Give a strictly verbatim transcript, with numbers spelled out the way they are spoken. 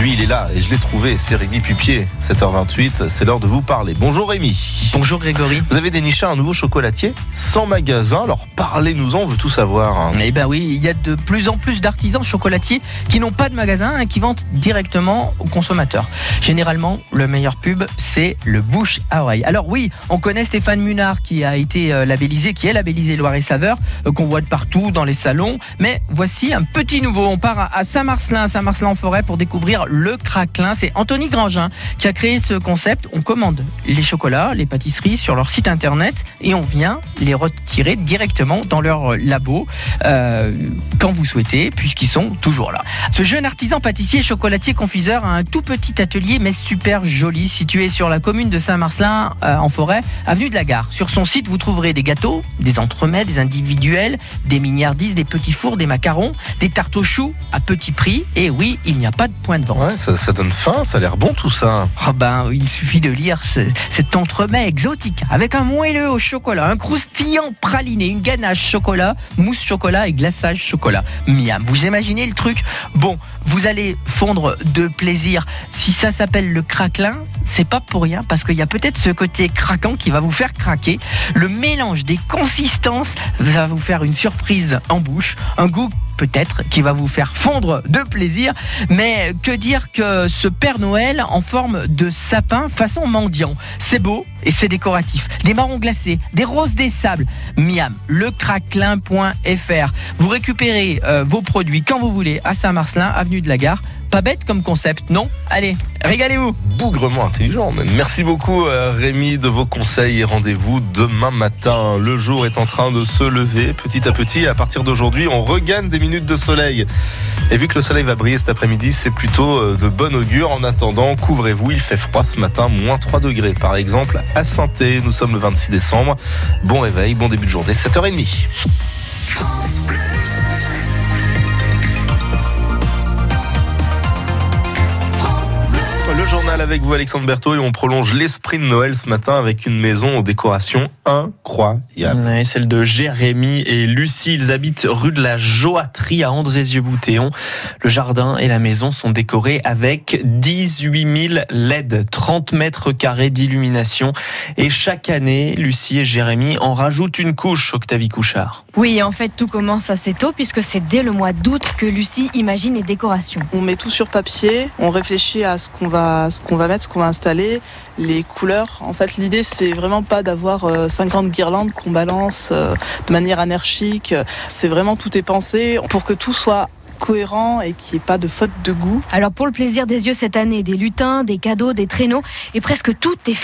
Lui, il est là et je l'ai trouvé, c'est Rémi Pupier. sept heures vingt-huit, c'est l'heure de vous parler. Bonjour Rémi. Bonjour Grégory. Vous avez déniché un nouveau chocolatier sans magasin, alors parlez-nous-en, on veut tout savoir. Eh ben oui, il y a de plus en plus d'artisans chocolatiers qui n'ont pas de magasin et qui vendent directement aux consommateurs. Généralement, le meilleur pub, c'est le bouche à oreille. Alors oui, on connaît Stéphane Munard qui a été labellisé, qui est labellisé Loire et Saveur, qu'on voit de partout dans les salons. Mais voici un petit nouveau. On part à Saint-Marcelin, Saint-Marcelin-en-Forêt pour découvrir le craquelin. C'est Anthony Grangin qui a créé ce concept. On commande les chocolats, les pâtisseries sur leur site internet et on vient les retirer directement dans leur labo euh, quand vous souhaitez, puisqu'ils sont toujours là. Ce jeune artisan pâtissier, chocolatier, confiseur a un tout petit atelier mais super joli situé sur la commune de Saint-Marcelin euh, en Forêt, avenue de la Gare. Sur son site, vous trouverez des gâteaux, des entremets, des individuels, des mignardises, des petits fours, des macarons, des tartes aux choux à petit prix. Et oui, il n'y a pas de point de vente. Ouais, ça, ça donne faim, ça a l'air bon tout ça. Oh ben, il suffit de lire ce, cet entremets exotique avec un moelleux au chocolat, un croustillant praliné, une ganache chocolat, mousse chocolat et glaçage chocolat. Miam, vous imaginez le truc? Bon, vous allez fondre de plaisir. Si ça s'appelle le craquelin, c'est pas pour rien parce qu'il y a peut-être ce côté craquant qui va vous faire craquer. Le mélange des consistances va vous faire une surprise en bouche, un goût peut-être qui va vous faire fondre de plaisir. Mais que dire que ce Père Noël en forme de sapin façon mendiant, c'est beau et c'est décoratif. Des marrons glacés, des roses des sables. Miam, lecraquelin point f r. Vous récupérez euh, vos produits quand vous voulez à Saint-Marcelin, avenue de la Gare. Pas bête comme concept, non? Allez, régalez-vous. Bougrement intelligent même. Merci beaucoup euh, Rémi de vos conseils et rendez-vous demain matin. Le jour est en train de se lever petit à petit. À partir d'aujourd'hui, on regagne des minutes de soleil. Et vu que le soleil va briller cet après-midi, c'est plutôt euh, de bon augure. En attendant, couvrez-vous, il fait froid ce matin, moins trois degrés. Par exemple, à Saint-Thé, nous sommes le vingt-six décembre. Bon réveil, bon début de journée, sept heures trente. Le journal avec vous Alexandre Berthaud et on prolonge l'esprit de Noël ce matin avec une maison aux décorations incroyables. Ouais, celle de Jérémy et Lucie, ils habitent rue de la Joaterie à Andrézieux-Boutéon. Le jardin et la maison sont décorés avec dix-huit mille L E D, trente mètres carrés d'illumination. Et chaque année, Lucie et Jérémy en rajoutent une couche, Octavie Couchard. Oui, en fait, tout commence assez tôt puisque c'est dès le mois d'août que Lucie imagine les décorations. On met tout sur papier, on réfléchit à ce qu'on va, ce qu'on va mettre, ce qu'on va installer, les couleurs. En fait, l'idée, c'est vraiment pas d'avoir cinquante guirlandes qu'on balance de manière anarchique. C'est vraiment, tout est pensé pour que tout soit cohérent et qu'il n'y ait pas de faute de goût. Alors pour le plaisir des yeux cette année, des lutins, des cadeaux, des traîneaux et presque tout est